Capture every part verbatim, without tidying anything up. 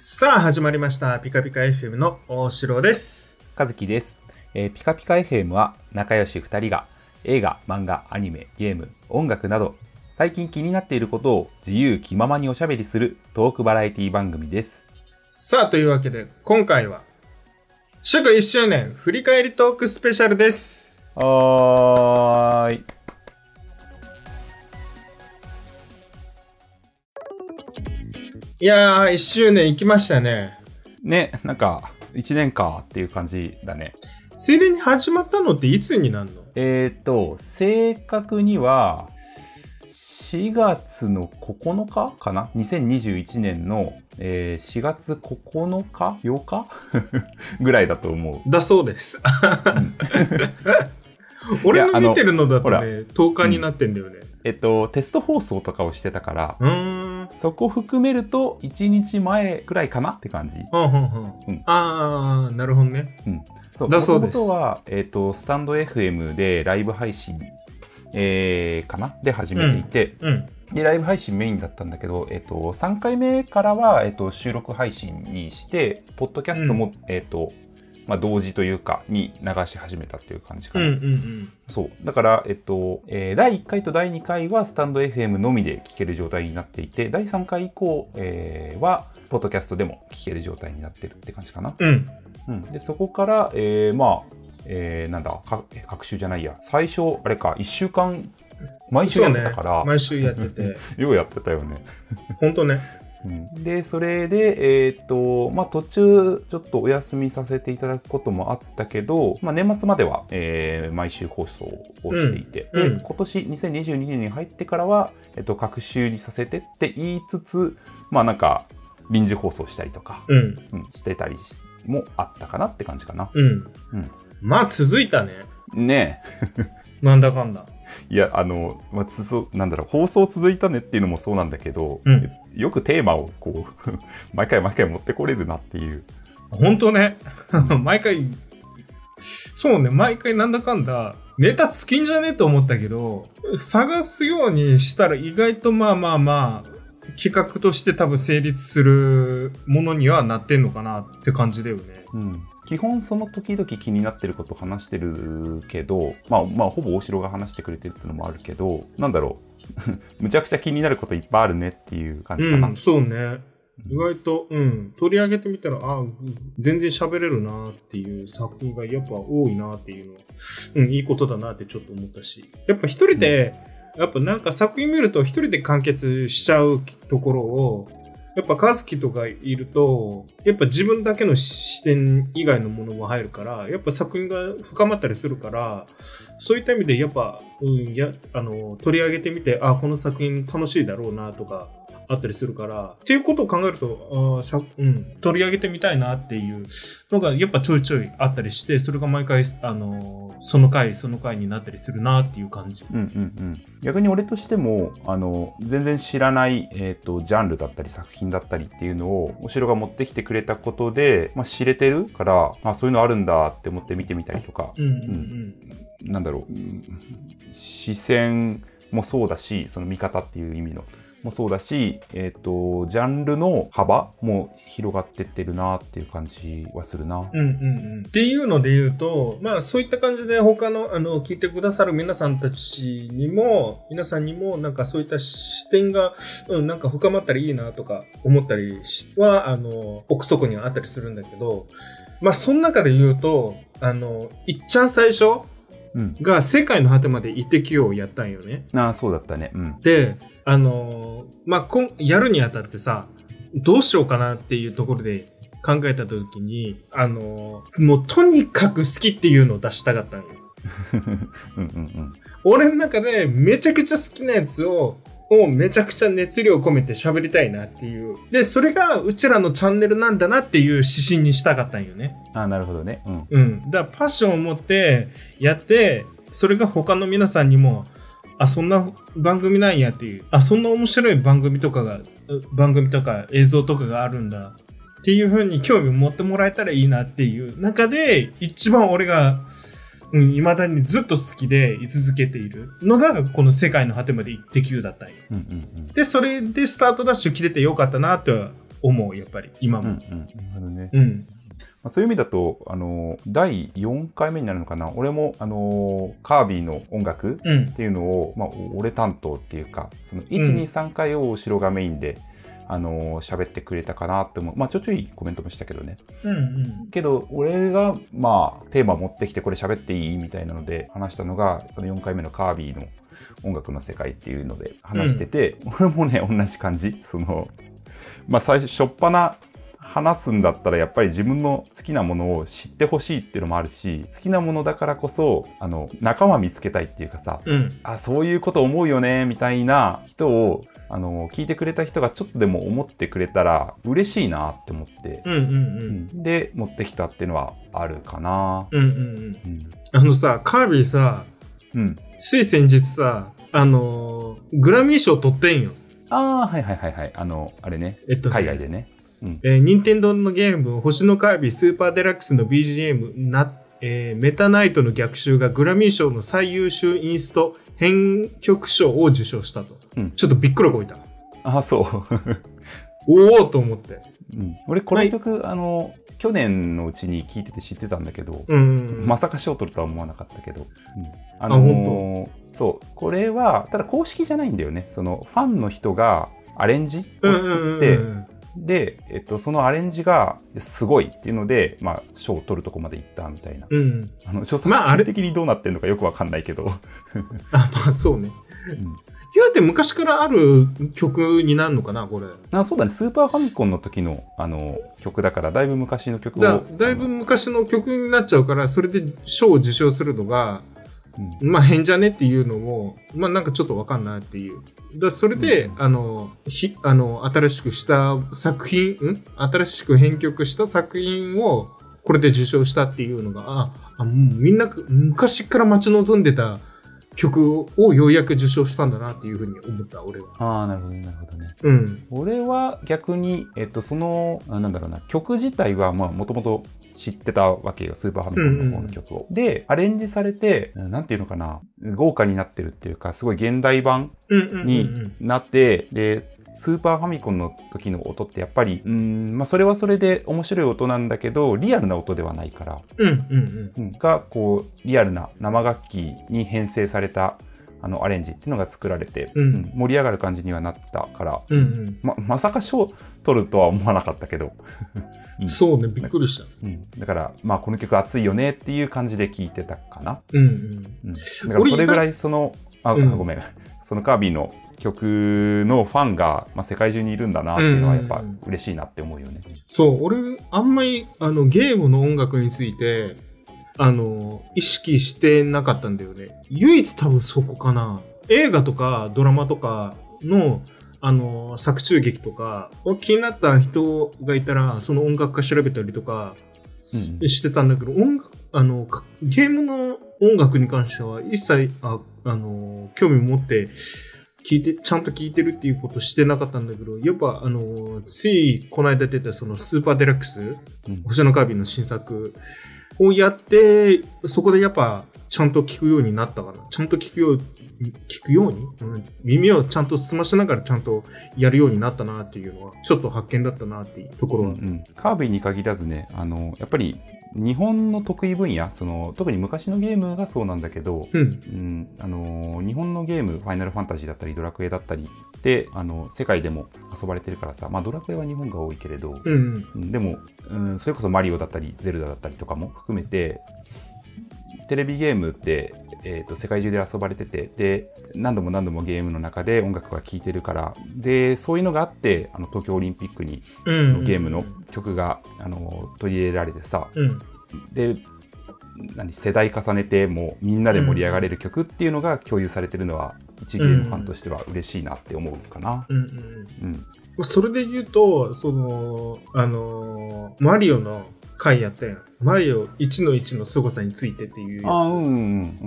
さあ始まりましたピカピカ エフエム の大城です。 和樹です、えー、ピカピカ エフエム は仲良しふたりが映画、漫画、アニメ、ゲーム、音楽など最近気になっていることを自由気ままにおしゃべりするトークバラエティ番組です。 さあというわけで今回は祝いっしゅうねん振り返りトークスペシャルです。 はーい。 いやーいっしゅうねん行きましたね。 ね、なんかいちねんかっていう感じだね。 ついでに始まったのっていつになるの？ えっと正確にはしがつのここのかかな、にせんにじゅういちねんの、えー、しがつここのかようかぐらいだと思う。 だそうです。俺の見てるのだとねとおかになってんだよね、うん、 えっとテスト放送とかをしてたから、 うーん、 そこ含めるといちにちまえくらいかなって感じ。 うんうんうんうん、あーなるほどね、 うん、そうだそうです。 元々は、えっとスタンド エフエム でライブ配信、えー、かなで始めていて、 うんうんでライブ配信メインだったんだけど、えっと、さんかいめからは、えっと、収録配信にしてポッドキャストも、うん、えっとまあ、同時というかに流し始めたっていう感じかな、 うんうんうん、 そうだから、えっとえー、だいいっかいとだいにかいはスタンド エフエム のみで聴ける状態になっていて、だいさんかい以降、えー、はポッドキャストでも聴ける状態になってるって感じかな、 うんうん、でそこから、えー、まあ、えー、なんだか各週じゃないや最初あれかいっしゅうかん毎週やってたから、 ね、毎週やっててようやってたよねほんとね、 うん、でそれで、えーっとまあ、途中ちょっとお休みさせていただくこともあったけど、まあ、年末までは、えー、毎週放送をしていて、うん、で今年にせんにじゅうにねんに入ってからは、えっと、各週にさせてって言いつつ、まあなんか臨時放送したりとか、 うんうん、してたりもあったかなって感じかな。 うん、うん、まあ続いたね。 ねえなんだかんだ。 いやあの、まあ、つなんだろう放送続いたねっていうのもそうなんだけど、 うん、 よくテーマをこう毎回毎回持ってこれるなっていう。 本当ね毎回そうね毎回なんだかんだネタ尽きんじゃねえと思ったけど、探すようにしたら意外とまあまあまあ企画として多分成立するものにはなってんのかなって感じだよね。 うん、基本その時々気になってることを話してるけど、まあまあほぼ大城が話してくれてるっていうのもあるけど、なんだろうむちゃくちゃ気になることいっぱいあるねっていう感じかな。 うん、そうね。意外と、うん、取り上げてみたら、あ全然喋れるなっていう作品がやっぱ多いなっていうのは、うん、いいことだなってちょっと思ったし、やっぱ一人で、うん、やっぱなんか作品見ると一人で完結しちゃうところを、やっぱカズキとかいると、やっぱ自分だけの視点以外のものも入るから、やっぱ作品が深まったりするから、そういった意味でやっぱ、うん、や、あの、取り上げてみて、あ、この作品楽しいだろうなとか、あったりするから、っていうことを考えると、あさうん、取り上げてみたいなっていうのがやっぱちょいちょいあったりして、それが毎回、あのその回その回になったりするなっていう感じ。 うんうんうん。逆に俺としてもあの全然知らない、えーと、ジャンルだったり作品だったりっていうのをお城が持ってきてくれたことで、まあ、知れてるから、あ、そういうのあるんだって思って見てみたりとか、 うんうんうんうん、なんだろう、視線もそうだし、その見方っていう意味のもそうだし、えっと、ジャンルの幅も広がってってるなっていう感じはするな。 うんうんうん。っていうので言うと、まあそういった感じで他の、あの、聞いてくださる皆さんたちにも、皆さんにもなんかそういった視点が、うん、なんか深まったらいいなとか思ったりは、あの、奥底にはあったりするんだけど、まあその中で言うと、あの、いっちゃん最初、うん、が世界の果てまで行ってきようをやったんよね。 ああ、そうだったね。うん、 で、あのー、まあ、こん、やるにあたってさ、どうしようかなっていうところで考えたときに、あのー、もうとにかく好きっていうのを出したかったんよ。 うんうんうん、 俺の中でめちゃくちゃ好きなやつを、をめちゃくちゃ熱量込めて喋りたいなっていう。で、それがうちらのチャンネルなんだなっていう指針にしたかったんよね。 ああ、なるほどね。うん。 うん。だからパッションを持ってやって、それが他の皆さんにも、あ、そんな番組なんやっていう、あ、そんな面白い番組とかが、番組とか映像とかがあるんだっていう風に興味を持ってもらえたらいいなっていう中で、一番俺が、うん、未だにずっと好きで居続けているのがこの世界の果てまでイッテ Q だったんよ、うんうんうん、でそれでスタートダッシュ切れてよかったなとは思う、やっぱり、今も。 うんうん。なるほどね。 うんまあ、そういう意味だと、あの、だいよんかいめになるのかな。俺も、あの、カービィの音楽っていうのを、うん、まあ、俺担当っていうか、そのいち、に、さんかいを後ろがメインで、あの、喋ってくれたかなって思う。まあ、ちょちょいコメントもしたけどね。 うんうん。 けど、俺が、まあ、テーマ持ってきてこれ喋っていいみたいなので話したのが、そのよんかいめのカービィの音楽の世界っていうので話してて、うん、俺もね、同じ感じ。その、まあ、最初、しょっぱな、話すんだったらやっぱり自分の好きなものを知ってほしいっていうのもあるし、好きなものだからこそあの仲間見つけたいっていうかさ、 うん、 あ、そういうこと思うよねみたいな人をあの聞いてくれた人がちょっとでも思ってくれたら嬉しいなって思って、 うんうんうん、 で持ってきたっていうのはあるかな。 うんうんうん、あのさ、カービィさ、うん、つい先日さ、あのー、グラミー賞取ってんよ。 ああ、はいはいはいはい、あのあれね、えっとね、海外でね。 うん、えー、任天堂のゲーム星のカービィスーパーデラックスの ビージーエム な、えー、メタナイトの逆襲がグラミー賞の最優秀インスト編曲賞を受賞したと、うん、ちょっとびっくりこいた。 ああ、そうおおと思って、 うん、俺この曲、はい、あの去年のうちに聴いてて知ってたんだけど、 うんうんうん、 まさか賞取るとは思わなかったけど、うん、あのー、あそうこれはただ公式じゃないんだよね。そのファンの人がアレンジを作って、うんうんうんうんで、えっと、そのアレンジがすごいっていうので、まあ、賞を取るとこまで行ったみたいな。 うん。 あの、著作権的にどうなってるのかよくわかんないけど。まあ、あまあ、そうね。うん。言うて昔からある曲になるのかな、これ。 あ、そうだね。スーパーファミコンの時の、あの、曲だから、だいぶ昔の曲を。 だ、だいぶ昔の曲になっちゃうから、それで賞を受賞するのが、うん、まあ変じゃねっていうのも、まあなんかちょっとわかんないっていう。だそれで、うん、あの、ひ、あの、新しくした作品、ん新しく編曲した作品を、これで受賞したっていうのが、あ、あもうみんな、昔から待ち望んでた曲をようやく受賞したんだなっていうふうに思った、俺は。 ああ、なるほど、なるほどね。 うん。 俺は逆に、えっと、その、なんだろうな、曲自体は、まあ、もともと、知ってたわけよ、スーパーファミコンの方の曲を。うんうん、で、アレンジされて、なんていうのかな、豪華になってるっていうか、すごい現代版になって、で、スーパーファミコンの時の音ってやっぱり、うーん、まあそれはそれで面白い音なんだけど、リアルな音ではないから、 うんうんうん、 が、こう、リアルな生楽器に編成された、あのアレンジっていうのが作られて、うんうん、盛り上がる感じにはなったから、 うんうん、 ま, まさか賞取るとは思わなかったけど、 うん、そうね、びっくりした、 うん、だからまあこの曲熱いよねっていう感じで聴いてたかな、 うんうんうん、 だからそれぐらいそのあ、うん、ごめんそのカービィの曲のファンが、まあ、世界中にいるんだなっていうのはやっぱ嬉しいなって思うよね、うんうんうん、 そう俺あんまりあのゲームの音楽についてあの意識してなかったんだよね。唯一多分そこかな。映画とかドラマとかのあの作中劇とか気になった人がいたらその音楽家調べたりとかしてたんだけど、うん、音楽あのゲームの音楽に関しては一切ああの興味持って聞いてちゃんと聞いてるっていうことしてなかったんだけど、やっぱあのついこの間出たそのスーパーデラックス、うん、星のカービィの新作をやって、そこでやっぱちゃんと聞くようになったかな。ちゃんと聞くように、聞くように、うん、耳をちゃんと澄ましながらちゃんとやるようになったなっていうのは、ちょっと発見だったなっていうところは。うんうん、 カービィに限らずね、あの、やっぱり日本の得意分野、その特に昔のゲームがそうなんだけど、うんうん、あの日本のゲーム、ファイナルファンタジーだったり、ドラクエだったりで、あの世界でも遊ばれてるからさ、まあドラクエは日本が多いけれど、うんうん、でも、うん、それこそマリオだったり、ゼルダだったりとかも含めて、テレビゲームって、えーと、世界中で遊ばれてて、で、何度も何度もゲームの中で音楽が聴いてるから、で、そういうのがあって、あの東京オリンピックに、うんうん、ゲームの曲があの取り入れられてさ、うん、で、何世代重ねてもうみんなで盛り上がれる曲っていうのが共有されてるのは、一ゲームファンとしては嬉しいなって思うかな。うんうんうん、それで言うと、その、あの、マリオの回やったやん。マリオいちのいちの凄さについてっていうやつ。 あ、うんうんうん、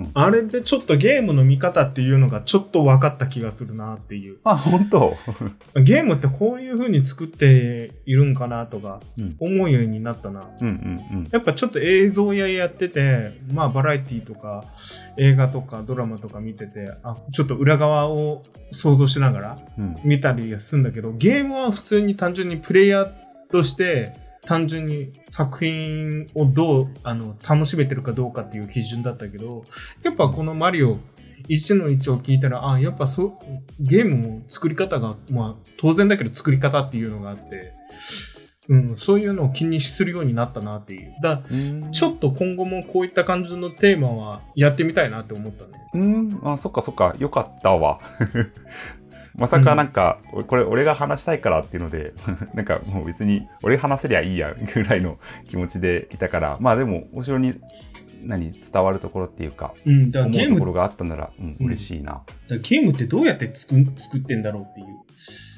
あれでちょっとゲームの見方っていうのがちょっと分かった気がするなっていう。 あ、本当ゲームってこういう風に作っているんかなとか思うようになったな。 うんうんうん、 やっぱちょっと映像ややってて、まあバラエティとか映画とかドラマとか見てて、あ、ちょっと裏側を想像しながら見たりするんだけど、うん、ゲームは普通に単純にプレイヤーとして単純に作品をどうあの楽しめてるかどうかっていう基準だったけど、やっぱこのマリオいちのいちを聞いたら、あ、やっぱそうゲームも作り方が、まあ当然だけど作り方っていうのがあって、うん、そういうのを気にするようになったなっていう。だちょっと今後もこういった感じのテーマはやってみたいなって思ったね。 うん、あ、そっかそっか、よかったわ。まさかなんか、うん、これ俺が話したいからっていうのでなんかもう別に俺話せりゃいいやぐらいの気持ちでいたから、まあでも後ろに何伝わるところっていうか、うん、だから思うところがあったなら、うん、嬉しいな。 だゲームってどうやって作作ってんだろうっていう、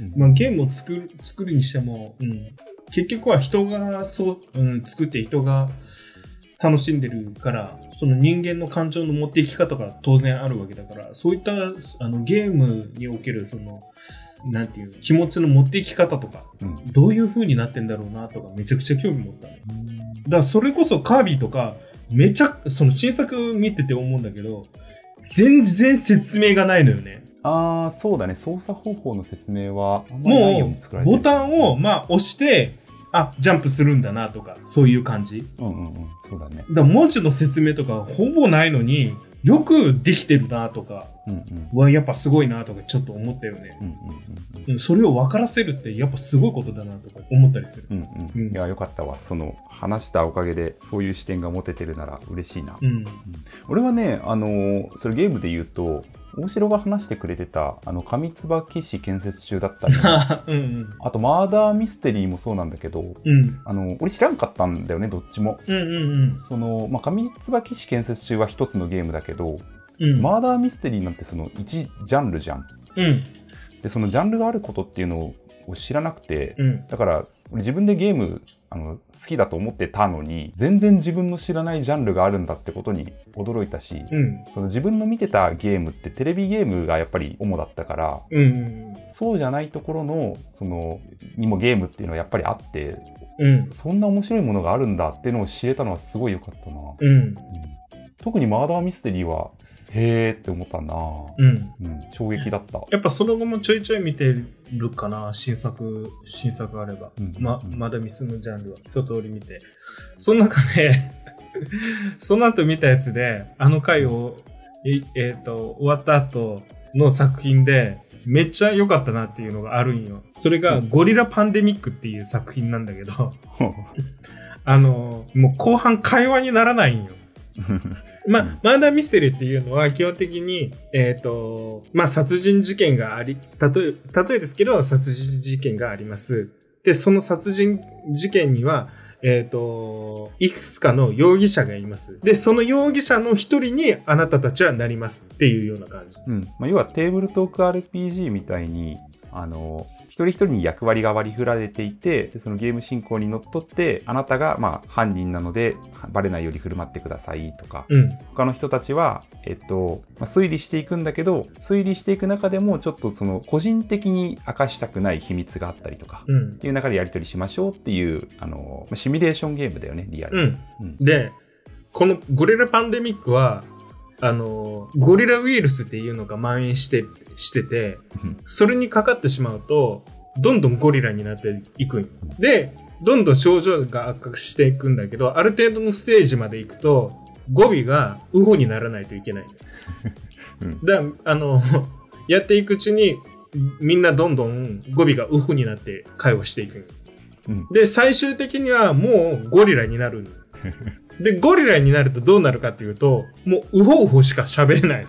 うん、まあ、ゲームを作る作るにしても、うん、結局は人がそう、うん、作って人が楽しんでるから、その人間の感情の持っていき方が当然あるわけだから、そういったあのゲームにおけるそのなんていう気持ちの持っていき方とか、うん、どういう風になってんだろうなとかめちゃくちゃ興味持った。だからそれこそカービィとかめちゃその新作見てて思うんだけど、全然説明がないのよね。 ああ、そうだね。操作方法の説明はあんまりないように作られてる。 もうボタンをまあ押してあ、ジャンプするんだなとか、そういう感じ。 うんうんうん、そうだね。 だから文字の説明とかほぼないのによくできてるなとか、うんうん、わやっぱすごいなとかちょっと思ったよね。うんうんうん、それを分からせるってやっぱすごいことだなとか思ったりする。うんうんうん、いやよかったわ。その話したおかげでそういう視点が持ててるなら嬉しいな。うんうん、俺はね、あのー、それゲームで言うと。大城が話してくれてたあの上椿市建設中だったりうん、うん、あとマーダーミステリーもそうなんだけど、うん、あの俺知らんかったんだよねどっちも、うんうんうん、その、まあ、上椿市建設中は一つのゲームだけど、うん、マーダーミステリーなんてその一ジャンルじゃん、うん、でそのジャンルがあることっていうのを知らなくて、うん、だから俺自分でゲームあの好きだと思ってたのに全然自分の知らないジャンルがあるんだってことに驚いたし、うん、その自分の見てたゲームってテレビゲームがやっぱり主だったから、うんうんうん、そうじゃないところのそのにもゲームっていうのはやっぱりあって、うん、そんな面白いものがあるんだっていうのを知れたのはすごい良かったな、うんうん、特にマーダーミステリーはへーって思ったな、うんうん、衝撃だった。 やっぱその後もちょいちょい見てるかな、新作新作あれば、うんうんうん、ままだミスのジャンルは一通り見て、その中でその後見たやつであの回をええー、と終わった後の作品でめっちゃ良かったなっていうのがあるんよ。それがゴリラパンデミックっていう作品なんだけどあのもう後半会話にならないんよまあ、うん、マーダーミステリーっていうのは基本的に、えっと、まあ、殺人事件があり、例え、例えですけど、殺人事件があります。で、その殺人事件には、えっと、いくつかの容疑者がいます。で、その容疑者の一人にあなたたちはなりますっていうような感じ。 うん。まあ、要はテーブルトーク アールピージー みたいに、あの、一人一人に役割が割り振られていて、でそのゲーム進行にのっとってあなたがまあ犯人なのでバレないように振る舞ってくださいとか、うん、他の人たちは、えっとまあ、推理していくんだけど推理していく中でもちょっとその個人的に明かしたくない秘密があったりとか、うん、っていう中でやり取りしましょうっていうあのシミュレーションゲームだよねリアル、うんうん、でこのゴリラパンデミックはあのゴリラウイルスっていうのが蔓延してしてて、それにかかってしまうとどんどんゴリラになっていくんで、どんどん症状が悪化していくんだけど、ある程度のステージまで行くと語尾がウホにならないといけない、うん、だあのやっていくうちにみんなどんどん語尾がウホになって会話していく、うん、で最終的にはもうゴリラになるでゴリラになるとどうなるかっていうともうウホウホしか喋れない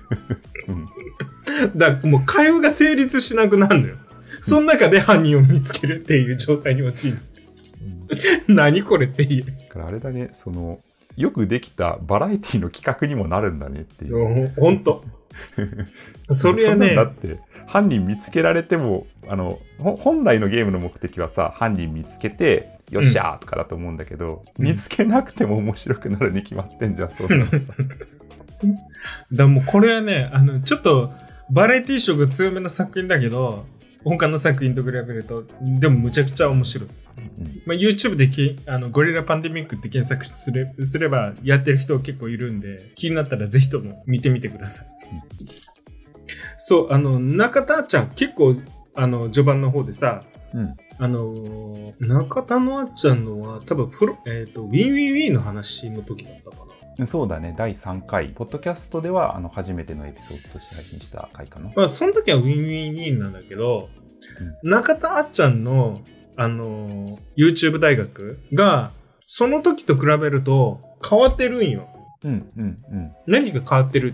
だからもう会話が成立しなくなるのよ。その中で犯人を見つけるっていう状態に陥る、うん、何これっていう。だからあれだね、そのよくできたバラエティの企画にもなるんだねっていう。 ほんとそれはね、 だって犯人見つけられてもあの本来のゲームの目的はさ犯人見つけてよっしゃーとかだと思うんだけど、うん、見つけなくても面白くなるに決まってんじゃん、そうなのさ。 だもうこれはね、あの、ちょっとバラエティー色強めの作品だけど、他の作品と比べると、でもむちゃくちゃ面白い。うんまあ、YouTube できあのゴリラパンデミックって検索すれ、すればやってる人結構いるんで、気になったらぜひとも見てみてください。うん、そう、あの、中田ちゃん結構、あの、序盤の方でさ、うん、あの、中田のあっちゃんのは多分プロ、えっと、ウィンウィンウィンの話の時だったかな。 そうだね、だいさんかい。ポッドキャストではあの初めてのエピソードとして配信した回かな。 まあ、その時はウィンウィンウィンなんだけど、うん、中田あっちゃんの、あの、YouTube 大学が、その時と比べると変わってるんよ。 うんうんうん。 何が変わってるって、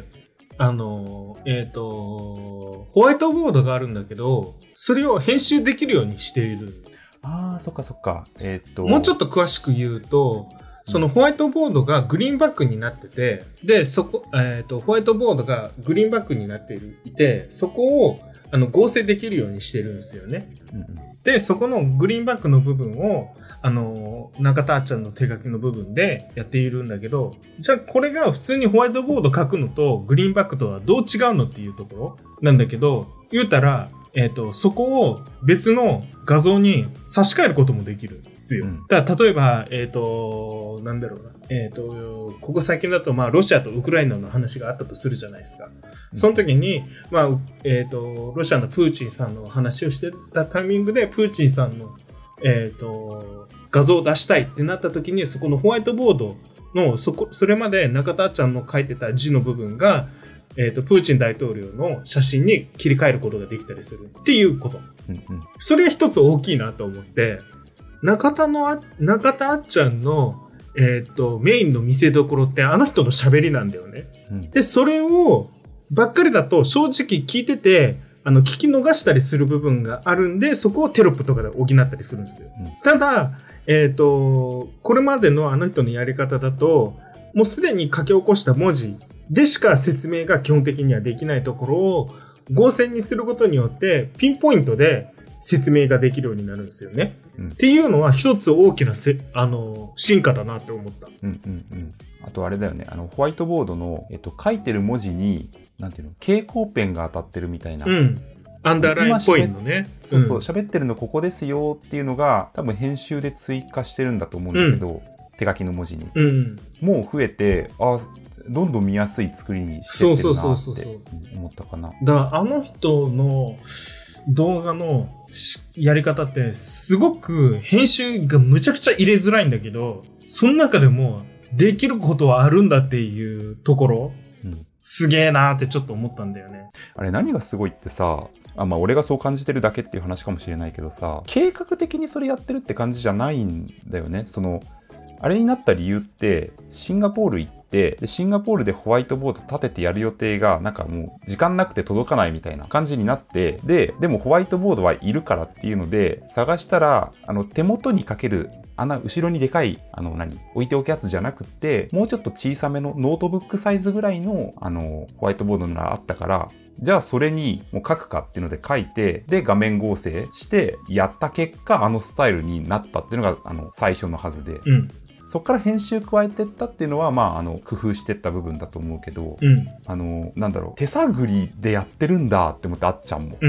あの、えっと、ホワイトボードがあるんだけど、それを編集できるようにしている。 ああ、そっかそっか。えっと。 もうちょっと詳しく言うと、そのホワイトボードがグリーンバックになってて、で、そこ、えっと、ホワイトボードがグリーンバックになっていて、そこをあの合成できるようにしてるんですよね。うんうん、で、そこのグリーンバックの部分を、あの、中田あっちゃんの手書きの部分でやっているんだけど、じゃあこれが普通にホワイトボード書くのとグリーンバックとはどう違うのっていうところなんだけど、言うたら、えっと、そこを別の画像に差し替えることもできるんですよ。うん、だから例えば、えっと、なんだろうな。えっと、ここ最近だと、まあ、ロシアとウクライナの話があったとするじゃないですか。その時に、まあ、えっと、ロシアのプーチンさんの話をしてたタイミングで、プーチンさんの、えっと、画像を出したいってなった時に、そこのホワイトボードの、そこ、それまで中田あっちゃんの書いてた字の部分が、えっと、プーチン大統領の写真に切り替えることができたりするっていうこと。うんうん、それは一つ大きいなと思って、中田のあ、中田あっちゃんの、えっと、メインの見せ所ってあの人の喋りなんだよね。うん、で、それをばっかりだと正直聞いてて、あの、聞き逃したりする部分があるんで、そこをテロップとかで補ったりするんですよ。うん、ただ、えっと、これまでのあの人のやり方だと、もうすでに書き起こした文字でしか説明が基本的にはできないところを合成にすることによってピンポイントで説明ができるようになるんですよね。うん、っていうのは一つ大きなせあの進化だなって思った。 うんうんうん。あとあれだよね、あのホワイトボードの、えっと、書いてる文字になんていうの蛍光ペンが当たってるみたいな。うん。 アンダーラインっぽいのね。 そうそう、喋、うん、ってるのここですよっていうのが多分編集で追加してるんだと思うんだけど、うん、手書きの文字に、うん、もう増えて、あ、どんどん見やすい作りにしてってるなって思ったかな。 だからあの人の動画のやり方ってすごく編集がむちゃくちゃ入れづらいんだけど、その中でもできることはあるんだっていうところ、うん、すげえなーってちょっと思ったんだよね。 あれ何がすごいってさ、あ、まあ俺がそう感じてるだけっていう話かもしれないけどさ、計画的にそれやってるって感じじゃないんだよね。そのあれになった理由ってシンガポール行ってでシンガポールでホワイトボード立ててやる予定がなんかもう時間なくて届かないみたいな感じになって、ででもホワイトボードはいるからっていうので探したら、あの手元にかける穴、後ろにでかいあの何置いておくやつじゃなくってもうちょっと小さめのノートブックサイズぐらいのあのホワイトボードならあったから、じゃあそれにもう書くかっていうので書いて、で画面合成してやった結果あのスタイルになったっていうのがあの最初のはずで、うん、そこから編集加えてったっていうのはまああの工夫してった部分だと思うけど、うん、あのなんだろう、手探りでやってるんだって思って、あっちゃんも、うん、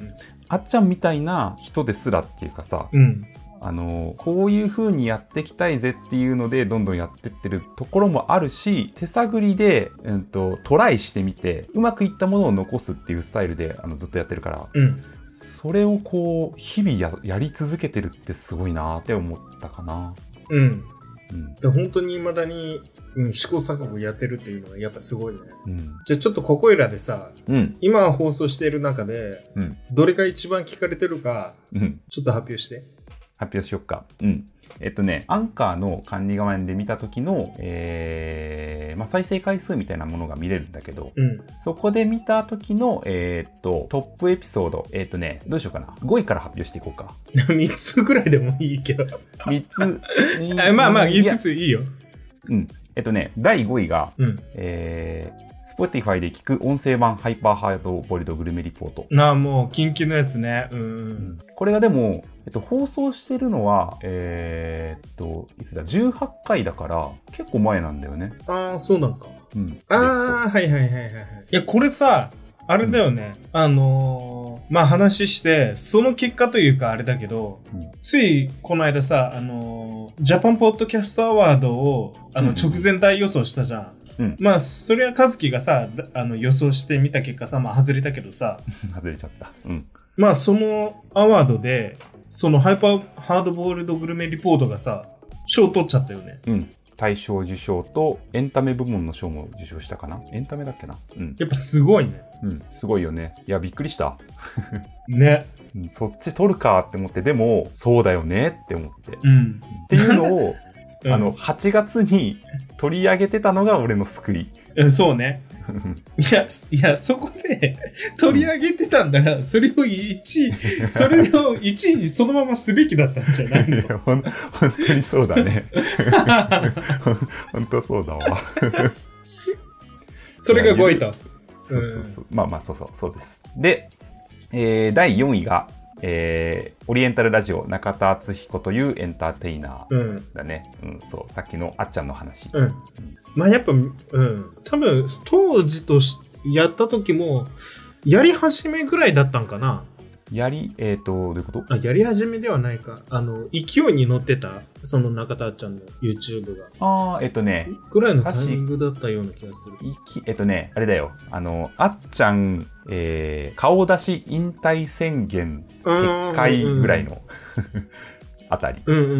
あっちゃんみたいな人ですらっていうかさ、うん、あのこういう風にやっていきたいぜっていうのでどんどんやってってるところもあるし、手探りで、うん、とトライしてみてうまくいったものを残すっていうスタイルであのずっとやってるから、うん、それをこう日々 や, やり続けてるってすごいなって思ったかな。 うん、うん、で本当に未だに、うん、試行錯誤やってるっていうのはやっぱすごいね、うん、じゃあちょっとここいらでさ、うん、今放送している中で、うん、どれが一番聞かれてるか、うん、ちょっと発表して。 発表しよっか。うん。えっとね、アンカーの管理画面で見た時の、えーまあ、再生回数みたいなものが見れるんだけど、うん、そこで見た時の、えー、っとトップエピソード、えー、っとね、どうしようかな。ごいから発表していこうか。 みっつぐらいでもいいけど。 みっつ。 まあまあ、いつついいよ。 うん。えっとね、だいごいが、うん、えーSpotify で聞く音声版ハイパーハードボイルドグルメリポート。 なあ、もう、キンキンのやつね。うん。 これがでも、 えっと、放送してるのは、えー、っと、いつだ、じゅうはちかいだから、結構前なんだよね。 ああ、そうなんか。 うん。 ああ、はいはいはいはいはい。いや、これさ、あれだよね。うん、あのー、まあ、話して、その結果というかあれだけど、うん、ついこの間さ、あのー、ジャパンポッドキャストアワードを、あの、直前大予想したじゃん。うん、まあ、それは和樹がさ、あの、予想してみた結果さ、まあ、外れたけどさ。 外れちゃった。うん。 まあ、そのアワードで、そのハイパーハードボールドグルメリポートがさ、賞を取っちゃったよね。 うん。大賞受賞とエンタメ部門の賞も受賞したかな。エンタメだっけな。うん。 やっぱすごいね。 うん、すごいよね。いや、びっくりした。 ね。 うん、そっち取るかって思って、でも、そうだよねって思って。 うん。 っていうのを、うん、あの、はちがつに取り上げてたのが俺の救い。 うん、そうね。いや、いや、そこで取り上げてたんだら、それをいちい、それをいちいにそのまますべきだったんじゃないの？いや、 ほん、本当にそうだね。本当そうだわ。 それがごいと。 そうそうそう。まあまあ、そうそう、そうです。で、えー、だいよんいが、えー、オリエンタルラジオ中田敦彦というエンターテイナーだね。うん、うん、そう、さっきのあっちゃんの話。 うん。まあやっぱ、うん。多分、当時とし、やった時も、やり始めぐらいだったんかな。 やり、えっ、ー、と、どういうこと？ あ、やり始めではないか。あの、勢いに乗ってた、その中田あっちゃんの YouTube が。 ああ、えっ、ー、とね。 ぐらいのタイミングだったような気がする。 えっ、ー、とね、あれだよ。あの、あっちゃん、えー、顔出し引退宣言撤回ぐらいのあたり。 うんうんうん。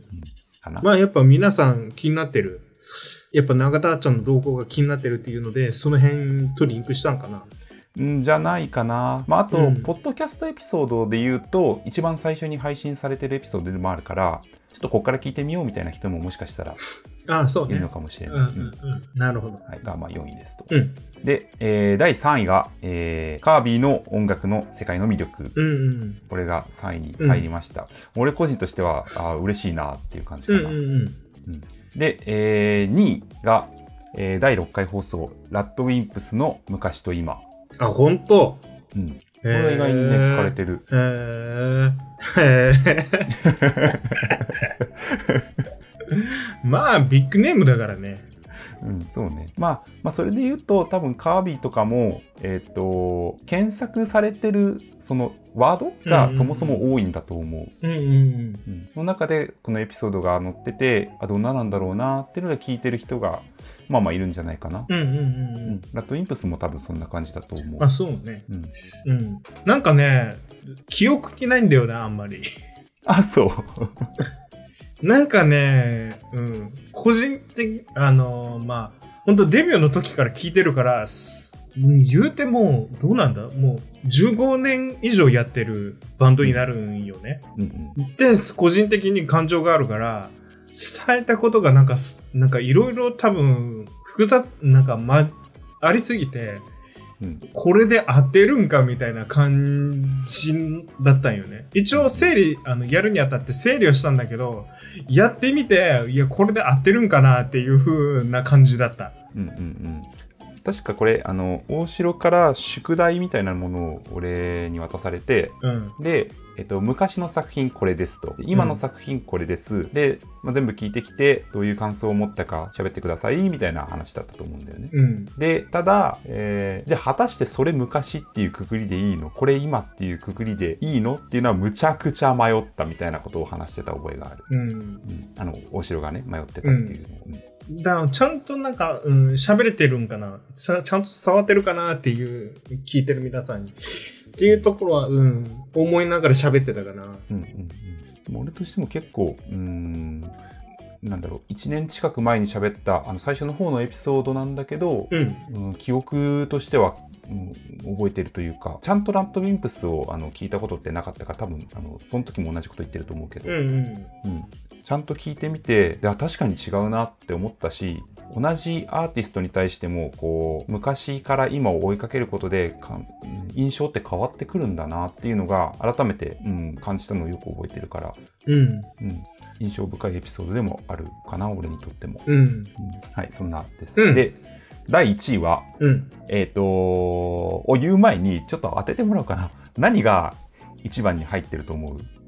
かな。まあやっぱ皆さん気になってる。やっぱ中田あっちゃんの動向が気になってるっていうので、その辺とリンクしたんかな。 んじゃないかな。まあ、あと、うん、ポッドキャストエピソードで言うと、一番最初に配信されてるエピソードでもあるから、ちょっとここから聞いてみようみたいな人ももしかしたら、 ああ、そうね。 いるのかもしれない。 うんうんうん、なるほど。 はい。が、まあよんいですと。 うん、 で、えー、だいさんいが、えー、カービィの音楽の世界の魅力。 うんうん、 これがさんいに入りました。うん、俺個人としては、あ嬉しいなっていう感じかな。 うんうんうんうん、 で、えー、にいが、えー、だいろっかい放送、ラッドウィンプスの昔と今。 あ、ほんと？ うん。これ意外にね、聞かれてる。 へー。へー。まあ、ビッグネームだからね。 うん、そうね。まあ、まあ、それで言うと、多分カービィとかも、えっと、検索されてる、その、ワードがそもそも多いんだと思う。 うんうんうん。うん、 その中で、このエピソードが載ってて、あ、どんななんだろうなっていうので聞いてる人が、まあまあいるんじゃないかな。 うんうんうんうん。 ラッドウィンプスも多分そんな感じだと思う。 あ、そうね。うん。うん。なんかね、記憶にないんだよな、あんまり。 あ、そう。 なんかね、うん。個人的、あのー、まあ、本当デビューの時から聞いてるから、言うても、どうなんだもう、じゅうごねん以上やってるバンドになるんよね。 うんうん、 で、個人的に感情があるから、伝えたことがなんか、なんかいろいろ多分、複雑、なんかま、ありすぎて、うん、これで当てるんかみたいな感じだったんよね。一応整理、あの、やるにあたって整理はしたんだけど、やってみて、いや、これで合ってるんかなっていう風な感じだった。 うんうんうん。確かこれ、あの、大城から宿題みたいなものを俺に渡されて、 うん、 で、えっと、昔の作品これですと。今の作品これです。うん、で、まあ、全部聞いてきて、どういう感想を持ったか喋ってください、みたいな話だったと思うんだよね。 うん、 で、ただ、えー、じゃあ果たしてそれ昔っていうくくりでいいの？これ今っていうくくりでいいの？っていうのはむちゃくちゃ迷ったみたいなことを話してた覚えがある。 うんうん、 あの、大城がね、迷ってたっていうのを。うんだからちゃんとなんか、うん、喋れてるんかなちゃんと伝わってるかなっていう聞いてる皆さんにっていうところは、うん、思いながら喋ってたかな。 うんうんうん。でも俺としても結構、うーん、なんだろう、いちねん近く前に喋ったあの最初の方のエピソードなんだけど、 うんうん、記憶としては、うん、覚えてるというか、ちゃんとラッドウィンプスをあの聞いたことってなかったから多分あのその時も同じこと言ってると思うけど、 うんうんうん、 ちゃんと聞いてみて、いや確かに違うなって思ったし、同じアーティストに対してもこう昔から今を追いかけることでか印象って変わってくるんだなっていうのが改めて、うん、感じたのをよく覚えてるから、 うんうん、 印象深いエピソードでもあるかな、俺にとっても。 うんうん、 はい、そんなです。 うん、 で、だいいちいは、 うん、 えっと、を言う前にちょっと当ててもらおうかな。何がいちばんに入ってると思う？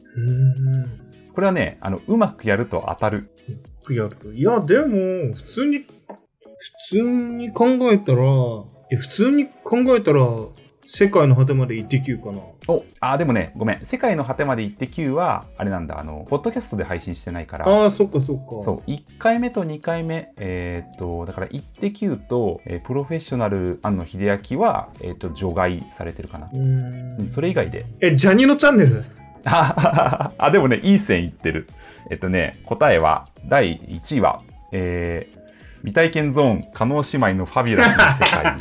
うーん。 これはね、あの、うまくやると当たる。 うまくやると。いや、でも、普通に、普通に考えたら、え、普通に考えたら、世界の果てまでイッテ Q かな。 お、あ、でもね、ごめん。世界の果てまでイッテ Q は、あれなんだ、あの、ポッドキャストで配信してないから。 ああ、そっかそっか。 そう、いっかいめとにかいめ、えーっと、だから、イッテ Q と、えー、プロフェッショナル庵野秀明は、えーっと、除外されてるかな。 うーん。 うん、それ以外で。 え、ジャニーのチャンネルあ、でもね、いい線いってる。えっとね、答えは、だいいちいは、えー、未体験ゾーン、加納姉妹のファビュラスな世界。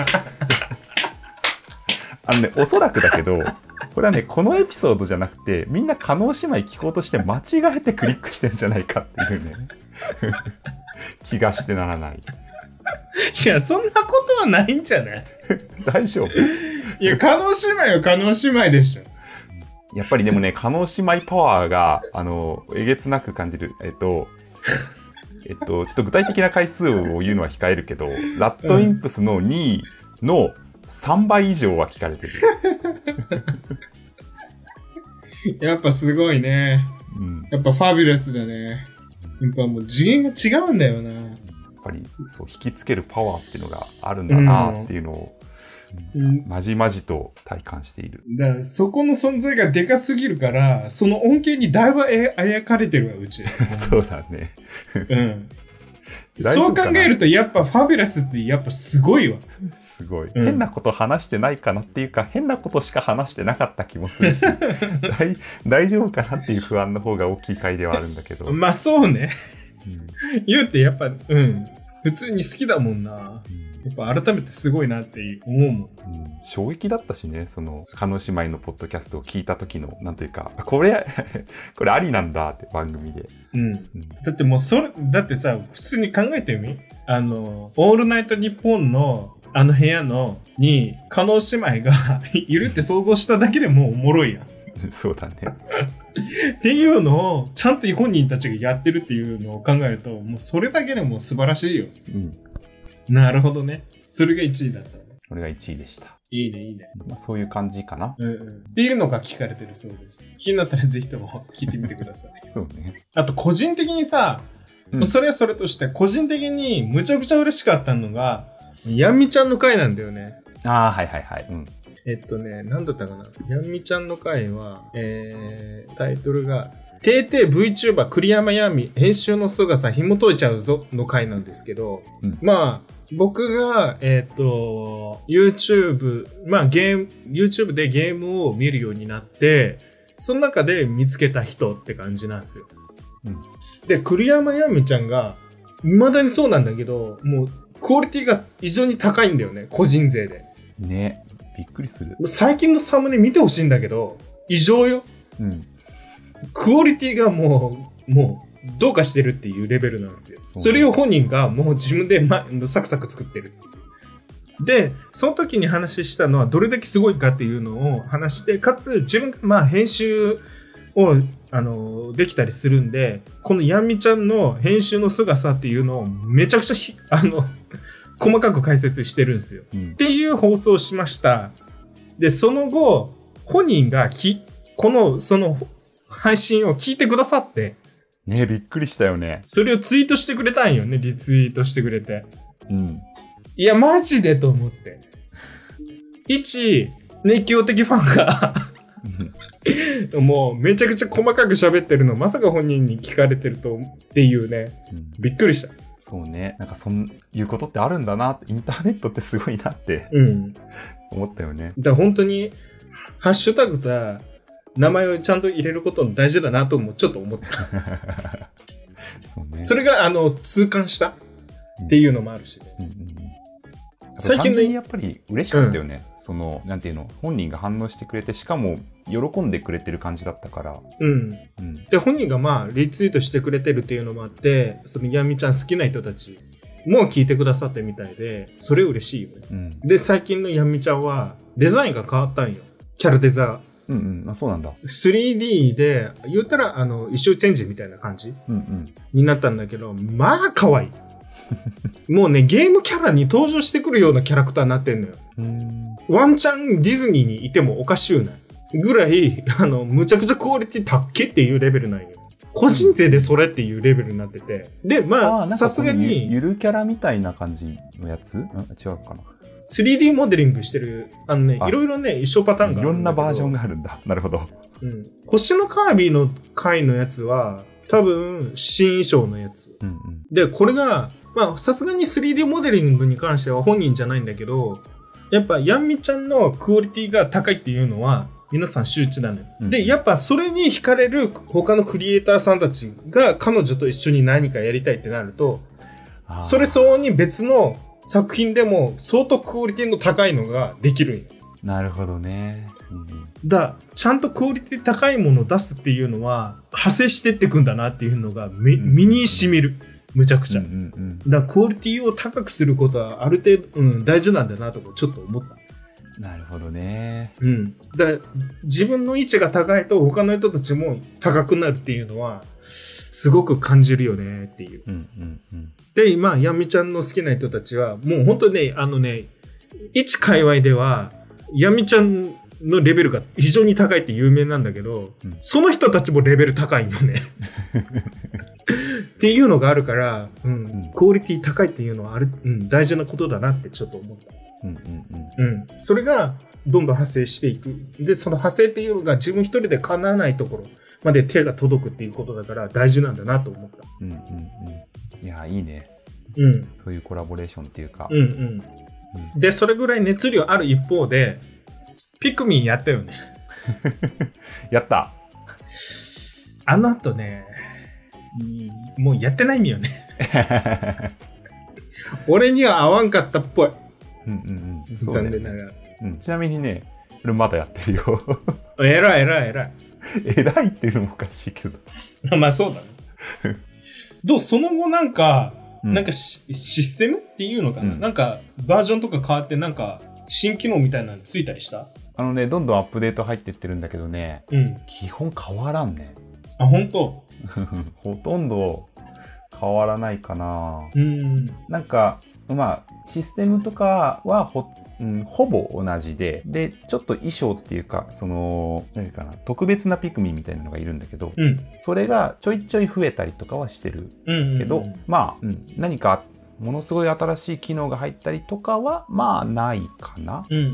あのね、おそらくだけど、これはね、このエピソードじゃなくて、みんな加納姉妹聞こうとして間違えてクリックしてんじゃないかっていうね、気がしてならない。 いや、そんなことはないんじゃない大丈夫？ いや、加納姉妹は加納姉妹でしょ。 やっぱりでもね、加納姉妹パワーが、あの、えげつなく感じる。えっと、えっと、ちょっと具体的な回数を言うのは控えるけど、ラッドインプスのにいのさんばい以上は聞かれてる。 やっぱすごいね。うん、やっぱファビュラスだね。やっぱもう次元が違うんだよな。やっぱりそう引きつけるパワーっていうのがあるんだなっていうのを、うん、まじまじと体感している。 だからそこの存在がでかすぎるから、その恩恵にだいぶあやかれてるわ、うち。 そうだね。 うん。そう考えるとやっぱファビュラスってやっぱすごいわ。 すごい、うん、変なこと話してないかなっていうか変なことしか話してなかった気もするし大, 大丈夫かなっていう不安の方が大きい回ではあるんだけど。 まあそうね、うん、言うてやっぱうん普通に好きだもんな、うん、やっぱ改めてすごいなって思うもん、うん、 衝撃だったしね、その加納姉妹のポッドキャストを聞いた時のなんというかこれこれありなんだって番組で、 うんうん、だってもうそれだってさ普通に考えてみ、あのオールナイトニッポンのあの部屋のに加納姉妹がいるって想像しただけでもうおもろいやん。 そうだね。 っていうのをちゃんと本人たちがやってるっていうのを考えるともうそれだけでも素晴らしいよ。うん。なるほどね。それがいちいだった。 これがいちいでした。 いいねいいね。 まあ、そういう感じかな。 うんうん。っていうのが聞かれてるそうです。気になったらぜひとも聞いてみてください。 そうね。 あと個人的にさ、うん、それはそれとして個人的にむちゃくちゃ嬉しかったのがやんみちゃんの回なんだよね。 ああ、はいはいはい。うん。 えっとね、なんだったかな。やんみちゃんの回は、えー、タイトルが、てーてー VTuber 栗山やみ編集の姿紐解いちゃうぞの回なんですけど、うん、まあ、僕が、えっと、YouTube、まあゲーム、YouTube でゲームを見るようになって、その中で見つけた人って感じなんですよ。うん、で、栗山やみちゃんが、未だにそうなんだけど、もう、クオリティが異常に高いんだよね、個人勢で。 ね、びっくりする。 最近のサムネ見てほしいんだけど、異常よ。うん。クオリティがもう、もう、どうかしてるっていうレベルなんですよ。そ, それを本人がもう自分で、ま、サクサク作ってる。で、その時に話したのはどれだけすごいかっていうのを話して、かつ自分がまあ編集を、あの、できたりするんで、このやんみちゃんの編集の凄さっていうのをめちゃくちゃひ、あの、細かく解説してるんですよ、うん。っていう放送をしました。で、その後、本人がき、この、その配信を聞いてくださって、 ねえ、びっくりしたよね。 それをツイートしてくれたんよね、リツイートしてくれて。うん。いや、マジでと思って。一、熱狂的ファンが、もうめちゃくちゃ細かく喋ってるの、まさか本人に聞かれてるとっていうね、うん、びっくりした。 そうね、なんかそういうことってあるんだな、インターネットってすごいなって、うん、思ったよね。 だから本当に、ハッシュタグと名前をちゃんと入れることも大事だなともちょっと思った。そうね、それがあの痛感したっていうのもあるし、ね、うんうんうん、 最近ね、やっぱり嬉しかったよね、うん、そのなんていうの、本人が反応してくれて、しかも喜んでくれてる感じだったから、うんうん、で本人がまあリツイートしてくれてるっていうのもあって、そのやみちゃん好きな人たちも聞いてくださってみたいで、それ嬉しいよね、うん、で最近のやみちゃんはデザインが変わったんよ、キャラデザ。 うんうん、あ、そうなんだ。 スリーディー で言ったらあの一周チェンジみたいな感じ、うんうん、になったんだけど、まあ可愛い。もうね、ゲームキャラに登場してくるようなキャラクターになってんのよ。うん、ワンチャンディズニーにいてもおかしゅうない。 ぐらい、あの、むちゃくちゃクオリティ高っけっていうレベルなんよ。個人税でそれっていうレベルになってて。で、まあ、さすがに。 ゆるキャラみたいな感じのやつ？ん違うかな。 スリーディー モデリングしてる、あのね、いろいろね、一緒パターンがある。 いろんなバージョンがあるんだ。なるほど。 うん。星のカービィの回のやつは、多分、新衣装のやつ。うんうん、で、これが、まあ、さすがに スリーディー モデリングに関しては本人じゃないんだけど、やっぱ、ヤンミちゃんのクオリティが高いっていうのは、皆さん周知なのよ。うん、で、やっぱそれに惹かれる他のクリエイターさんたちが彼女と一緒に何かやりたいってなると、それ相応に別の作品でも相当クオリティの高いのができるんよ。 なるほどね。 うん、だちゃんとクオリティ高いものを出すっていうのは派生してってくんだなっていうのが身、うん、身に染みる。むちゃくちゃ。うんうんうん、だからクオリティを高くすることはある程度、うん、大事なんだなとかちょっと思った。 なるほどね。 うん。だ自分の位置が高いと他の人たちも高くなるっていうのはすごく感じるよねっていう。うんうんうん、で、今、ヤミちゃんの好きな人たちはもう本当にね、あのね、一界隈ではヤミちゃんのレベルが非常に高いって有名なんだけど、うん、その人たちもレベル高いよね。っていうのがあるから、うんうん、クオリティ高いっていうのはある、うん、大事なことだなってちょっと思った。うんうんうんうん、それがどんどん派生していく。で、その派生っていうのが自分一人で叶わないところまで手が届くっていうことだから大事なんだなと思った。うんうんうん。いや、いいね。 うん。 そういうコラボレーションっていうか。 うんうん。うん、で、それぐらい熱量ある一方で、ピクミンやったよね。 やった。 あの後ね、もうやってないんよね。俺には合わんかったっぽい。うんうんうん、残念ながら、 うん。ちなみにね、俺まだやってるよ。 えらいえらいえらい。 えらいっていうのもおかしいけど。 まあそうだね。どうその後なんか、うん、なんかシステムっていうのかな、うん、なんかバージョンとか変わってなんか新機能みたいなのついたりした？ あのね、どんどんアップデート入ってってるんだけどね、うん、基本変わらんね。 あ、本当？ ほとんど変わらないかな。うん、なんかまあシステムとかは ほ,、うん、ほぼ同じで、でちょっと衣装っていうかその何かな特別なピクミンみたいなのがいるんだけど、うん、それがちょいちょい増えたりとかはしてるけど、うんうんうん、まあ、うん、何かものすごい新しい機能が入ったりとかはまあないかな。うんうんうん。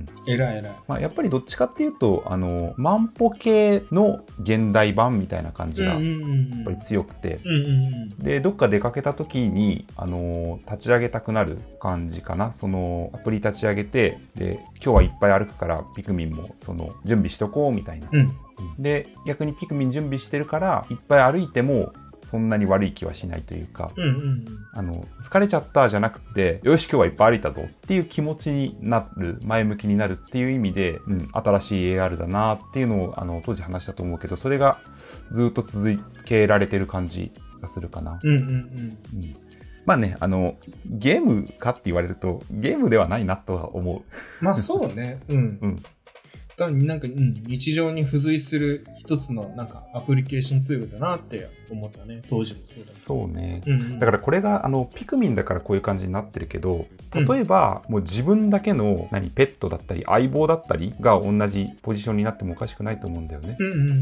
えらいえらい。 まあやっぱりどっちかっていうとあの万歩計の現代版みたいな感じがやっぱり強くて、うんうんうん、でどっか出かけた時にあの立ち上げたくなる感じかな。そのアプリ立ち上げてで今日はいっぱい歩くからピクミンもその準備しとこうみたいな。うん、で逆にピクミン準備してるからいっぱい歩いてもそんなに悪い気はしないというか、うんうんうん、あの疲れちゃったじゃなくてよし今日はいっぱい歩いたぞっていう気持ちになる前向きになるっていう意味で、うん、新しい エーアール だなっていうのをあの当時話したと思うけどそれがずっと続けられてる感じがするかな。うんうんうんうん、まあねあのゲームかって言われるとゲームではないなとは思う。まあそうね。うん。うんなんか、うん、日常に付随する一つのなんかアプリケーションツールだなって思ったね。当時もそうだね。 そうね、うんうん、だからこれがあのピクミンだからこういう感じになってるけど例えば、うん、もう自分だけの何ペットだったり相棒だったりが同じポジションになってもおかしくないと思うんだよね。うんうんうんうん、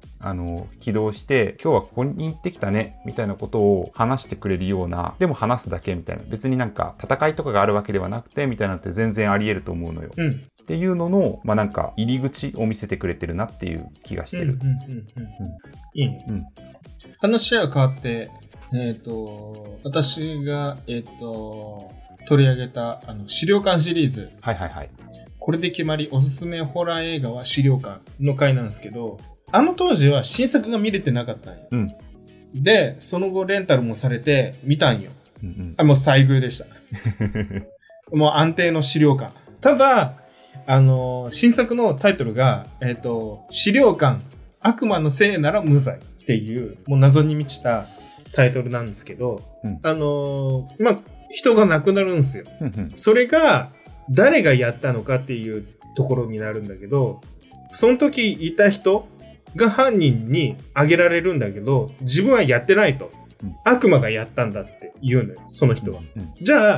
あの起動して今日はここに行ってきたねみたいなことを話してくれるようなでも話すだけみたいな別になんか戦いとかがあるわけではなくてみたいなのって全然あり得ると思うのよ。うんっていうのの、まあ、なんか入り口を見せてくれてるなっていう気がしてる。 いいね。うん、話は変わって、えっと、私が、えっと、取り上げたあの資料館シリーズ。 はいはいはい。 これで決まりおすすめホラー映画は資料館の回なんですけど、あの当時は新作が見れてなかったんよ。うん、で、その後レンタルもされて見たんよ。うんうん、あもう最高でした。もう安定の資料館。ただ、あの、新作のタイトルが、えっと、資料館、悪魔のせいなら無罪っていう、もう謎に満ちたタイトルなんですけど、うん、あの、まあ、人が亡くなるんですよ。うんうん、それが、誰がやったのかっていうところになるんだけど、その時いた人が犯人に挙げられるんだけど、自分はやってないと。うん、悪魔がやったんだって言うのよ、その人は。うんうん、じゃあ、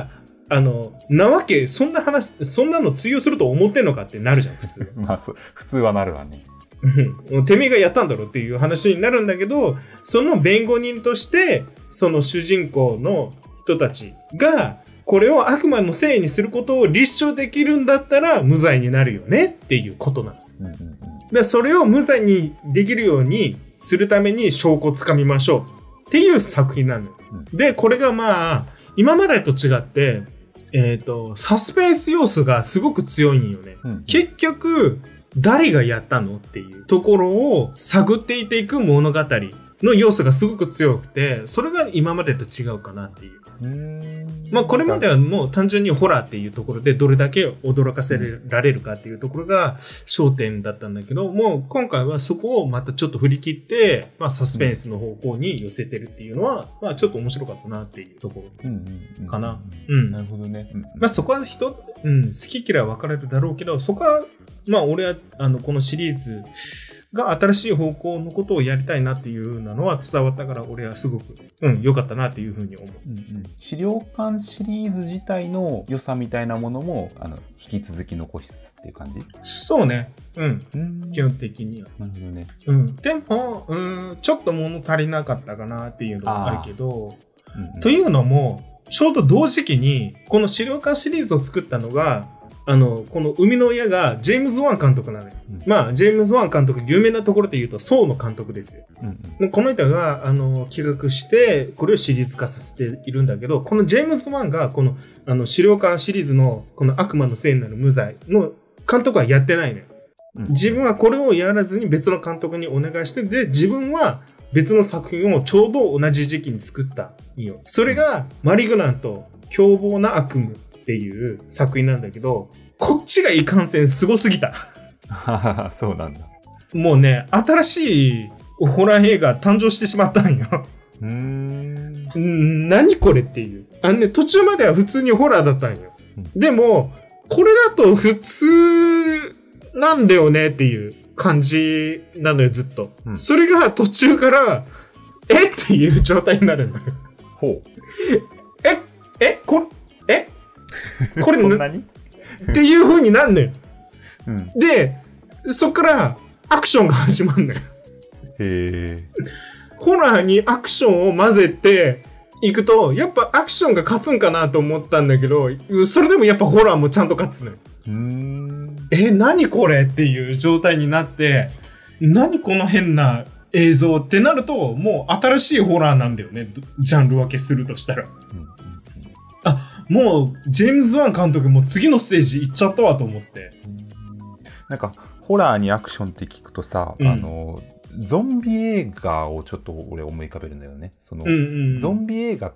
あの、なわけ、そんな話、そんなの通用すると思ってんのかってなるじゃん、普通。 まあ、普通はなるわね。 てめえがやったんだろっていう話になるんだけど、その弁護人として、その主人公の人たちが、これを悪魔のせいにすることを立証できるんだったら無罪になるよねっていうことなんです。うんうんうん、でそれを無罪にできるようにするために証拠をつかみましょうっていう作品なのよ。うん、で、これがまあ、今までと違って、えっと、サスペンス要素がすごく強いんよね。うん、結局、誰がやったのっていうところを探っていていく物語の要素がすごく強くて、それが今までと違うかなっていう。うーんまあこれまではもう単純にホラーっていうところでどれだけ驚かせられるかっていうところが焦点だったんだけど、もう今回はそこをまたちょっと振り切って、まあサスペンスの方向に寄せてるっていうのは、まあちょっと面白かったなっていうところかな。うん。 なるほどね。 まあそこは人、うん、好き嫌い分かれるだろうけど、そこはまあ俺はあのこのシリーズが新しい方向のことをやりたいなっていうのは伝わったから、俺はすごくうん良かったなっていうふうに思う。 うんうん、資料館シリーズ自体の良さみたいなものもあの引き続き残しつつっていう感じ？ そうね。うん。うん基本的には。 なるほどね。 うん。でもうんちょっと物足りなかったかなっていうのがあるけど、うんうん、というのもちょうど同時期にこの資料館シリーズを作ったのが。あの、この生みの親がジェームズ・ワン監督なのよ。うん、まあ、ジェームズ・ワン監督、有名なところで言うと、ソーの監督ですよ。うんうん、もうこの人が、あの、企画して、これをシリーズ化させているんだけど、このジェームズ・ワンが、この、あの、資料館シリーズの、この悪魔のせいになる無罪の監督はやってないのよ。うん、自分はこれをやらずに別の監督にお願いして、で、自分は別の作品をちょうど同じ時期に作ったんよ。それが、マリグナント、凶暴な悪夢。っていう作品なんだけど、こっちがいかんせんすごすぎた。 そうなんだ。 もうね、新しいホラー映画誕生してしまったんよ。うーん何これっていう。あのね、途中までは普通にホラーだったんよ。うん、でも、これだと普通なんだよねっていう感じなのよ、ずっと。うん、それが途中から、えっていう状態になるんだよ。 ほう。 ええこえこれそんなにっていう風になんのよ、うん、でそっからアクションが始まるのよ。 へー。 ホラーにアクションを混ぜていくとやっぱアクションが勝つんかなと思ったんだけど、それでもやっぱホラーもちゃんと勝つのよ。うーんえ何これっていう状態になって、何この変な映像ってなるともう新しいホラーなんだよね、ジャンル分けするとしたら。うん、あもうジェームズ・ワン監督も次のステージ行っちゃったわと思って。 なんかホラーにアクションって聞くとさ、うん、あのゾンビ映画をちょっと俺思い浮かべるんだよね。その、うんうん、ゾンビ映画って、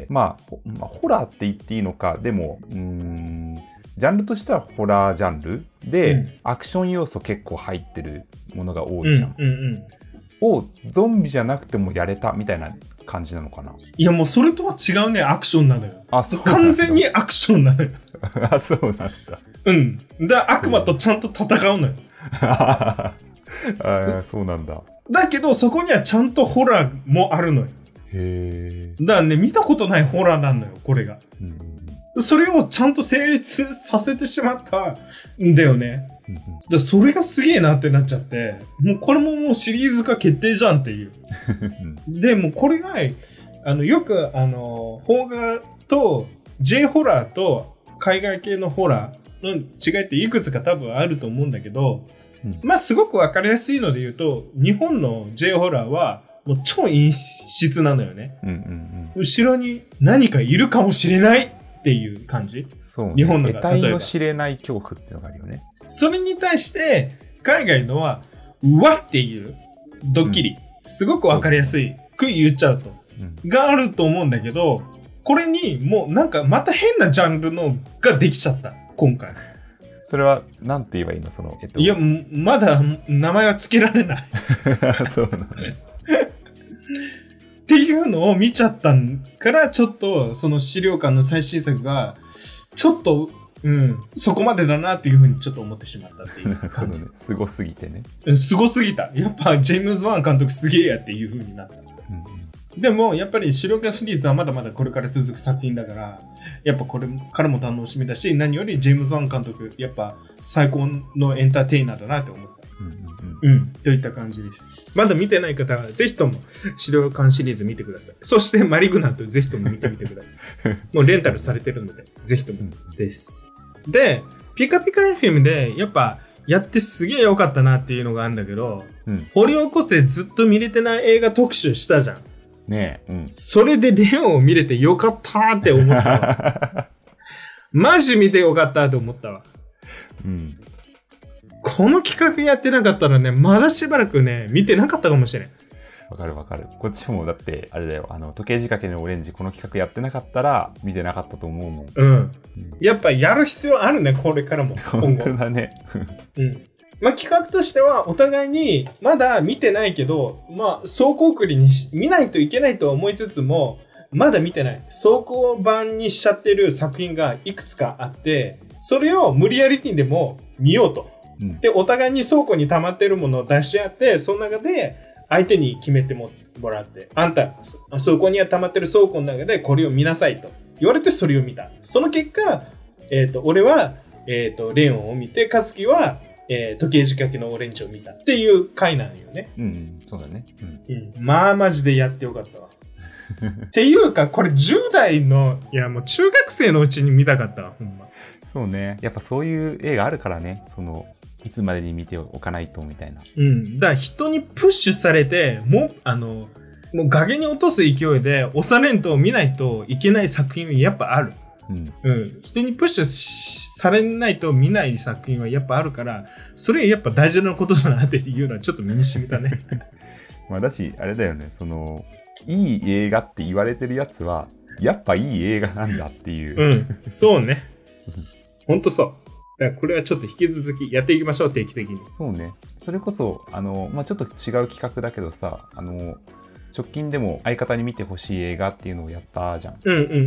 まあ、まあホラーって言っていいのか、でもうーんジャンルとしてはホラージャンルで、うん、アクション要素結構入ってるものが多いじゃん。うんうんうんをゾンビじゃなくてもやれたみたいな感じなのかな。 いやもうそれとは違うね、アクションなのよ。あ、そう完全にアクションなのよ。 あ、そうなんだ。 うん。だ悪魔とちゃんと戦うのよ。 あそうなんだ。 だけどそこにはちゃんとホラーもあるのよ。へー。だからね見たことないホラーなんのよこれが。うんそれをちゃんと成立させてしまったんだよね。だそれがすげえなってなっちゃって、もうこれももうシリーズ化決定じゃんっていう。でもこれがあのよくあの邦画と J ホラーと海外系のホラーの違いっていくつか多分あると思うんだけど、うん、まあすごくわかりやすいので言うと日本の J ホラーはもう超陰湿なのよね。うんうんうん、後ろに何かいるかもしれないっていう感じ。 そうね、日本のが得体の知れない恐怖っていうのがあるよね。 それに対して海外のはうわっていうドッキリ、うん、すごくわかりやすいく言っちゃうと、うん、があると思うんだけど、これにもうなんかまた変なジャンルのができちゃった今回。 それはなんて言えばいいのその、 えっと、いやまだ名前は付けられない。 そうなのね。 っていうのを見ちゃったからちょっとその資料館の最新作がちょっとうんそこまでだなっていうふうにちょっと思ってしまったっていう感じ。 すごすぎてね。 すごすぎた。やっぱジェームズ・ワン監督すげえやっていうふうになった。うん、 でも、やっぱり資料館シリーズはまだまだこれから続く作品だから、やっぱこれからも楽しみだし、何よりジェームズ・ワン監督、やっぱ最高のエンターテイナーだなって思った。うんうんうん。うん。といった感じです。まだ見てない方は、ぜひとも資料館シリーズ見てください。そして、マリグナントぜひとも見てみてください。もうレンタルされてるので、ぜひともです。で、ピカピカ エフエム で、やっぱ、やってすげえ良かったなっていうのがあるんだけど、うん、掘り起こせずっと見れてない映画特集したじゃん。 ねえ、うん。 それでレオンを見れてよかったーって思ったわ。マジ見てよかったって思ったわ。うん。この企画やってなかったらね、まだしばらくね、見てなかったかもしれん。 わかるわかる。こっちもだって、あれだよ、あの、時計仕掛けのオレンジ、この企画やってなかったら、見てなかったと思うもん。 うん。うん、やっぱやる必要あるね、これからも。 本当だね。 うん。まあ、企画としてはお互いにまだ見てないけど、まあ、走行送りに見ないといけないとは思いつつも、まだ見てない。走行版にしちゃってる作品がいくつかあって、それを無理やりにでも見ようと。うん、で、お互いに倉庫に溜まってるものを出し合って、その中で相手に決めてもらって、あんた、そこに溜まってる倉庫の中でこれを見なさいと言われてそれを見た。その結果、えっと、俺は、えっと、レオンを見て、カズキは、えー、時計仕掛けのオレンジを見たっていう回なんよね。 うん、うん、そうだね。 うん。うん、まあマジでやってよかったわ。っていうか、これじゅう代の、いやもう中学生のうちに見たかったわ、ほんま。 そうね。やっぱそういう映画あるからね、その、いつまでに見ておかないとみたいな。 うん。だから人にプッシュされて、もう、あの、もう崖に落とす勢いで押されんと見ないといけない作品はやっぱある。うん、うん。人にプッシュされないと見ない作品はやっぱあるから、それやっぱ大事なことだなっていうのはちょっと身に染みたね。 まあだし、あれだよね、その、いい映画って言われてるやつは、やっぱいい映画なんだっていう。 うん、そうね。ほんとそう。だからこれはちょっと引き続きやっていきましょう、定期的に。 そうね。それこそ、あの、まあちょっと違う企画だけどさ、あの、直近でも相方に見てほしい映画っていうのをやったじゃん。 うんうんうんうん。